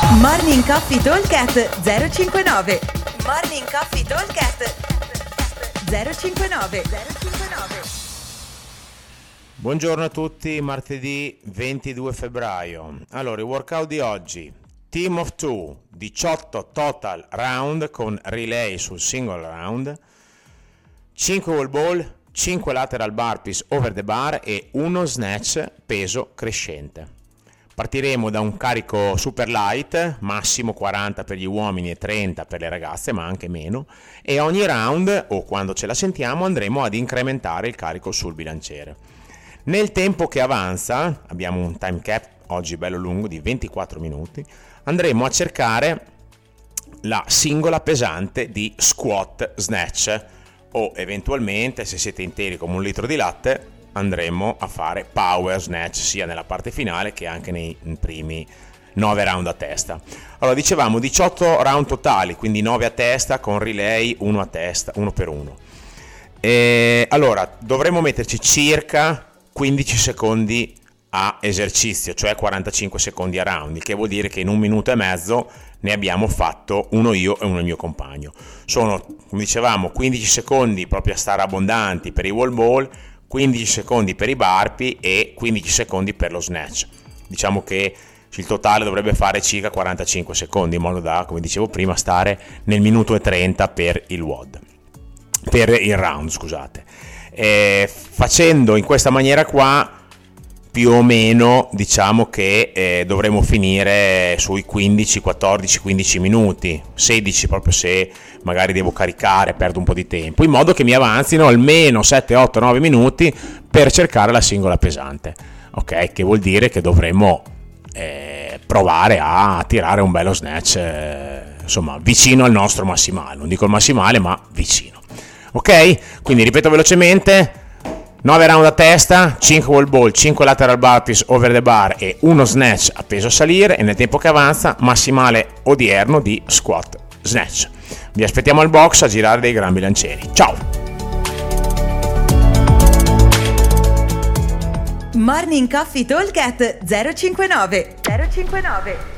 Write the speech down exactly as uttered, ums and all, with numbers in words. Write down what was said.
Morning Coffee Talkcast zero cinquantanove. Morning Coffee Talkcast zero cinquantanove. Buongiorno a tutti, martedì ventidue febbraio. Allora, il workout di oggi: Team of Two, diciotto total round con relay sul single round, cinque wall ball, cinque lateral burpees over the bar e uno snatch peso crescente. Partiremo da un carico super light, massimo quaranta per gli uomini e trenta per le ragazze, ma anche meno, e ogni round, o quando ce la sentiamo, andremo ad incrementare il carico sul bilanciere. Nel tempo che avanza, abbiamo un time cap oggi bello lungo di ventiquattro minuti, andremo a cercare la singola pesante di squat snatch, o eventualmente, se siete interi come un litro di latte, andremo a fare power snatch sia nella parte finale che anche nei primi nove round a testa. Allora, dicevamo diciotto round totali, quindi nove a testa con relay, uno a testa, uno per uno. E allora dovremo metterci circa quindici secondi a esercizio, cioè quarantacinque secondi a round, il che vuol dire che in un minuto e mezzo ne abbiamo fatto uno io e uno il mio compagno. Sono, come dicevamo, quindici secondi proprio a stare abbondanti per i wall ball, quindici secondi per i burpee e quindici secondi per lo snatch. Diciamo che il totale dovrebbe fare circa quarantacinque secondi, in modo da, come dicevo prima, stare nel minuto e trenta per il W O D, per il round, scusate. E facendo in questa maniera qua, più o meno diciamo che eh, dovremo finire sui quindici, quattordici, quindici minuti, sedici proprio se magari devo caricare, perdo un po' di tempo, in modo che mi avanzino almeno sette, otto, nove minuti per cercare la singola pesante, ok? Che vuol dire che dovremo eh, provare a tirare un bello snatch, eh, insomma, vicino al nostro massimale, non dico il massimale, ma vicino, ok? Quindi ripeto velocemente: nove round a testa, cinque wall ball, cinque lateral burpees over the bar e uno snatch a peso a salire, e nel tempo che avanza massimale odierno di squat snatch. Vi aspettiamo al box a girare dei gran bilancieri. Ciao! Morning Coffee Talkcast zero cinquantanove.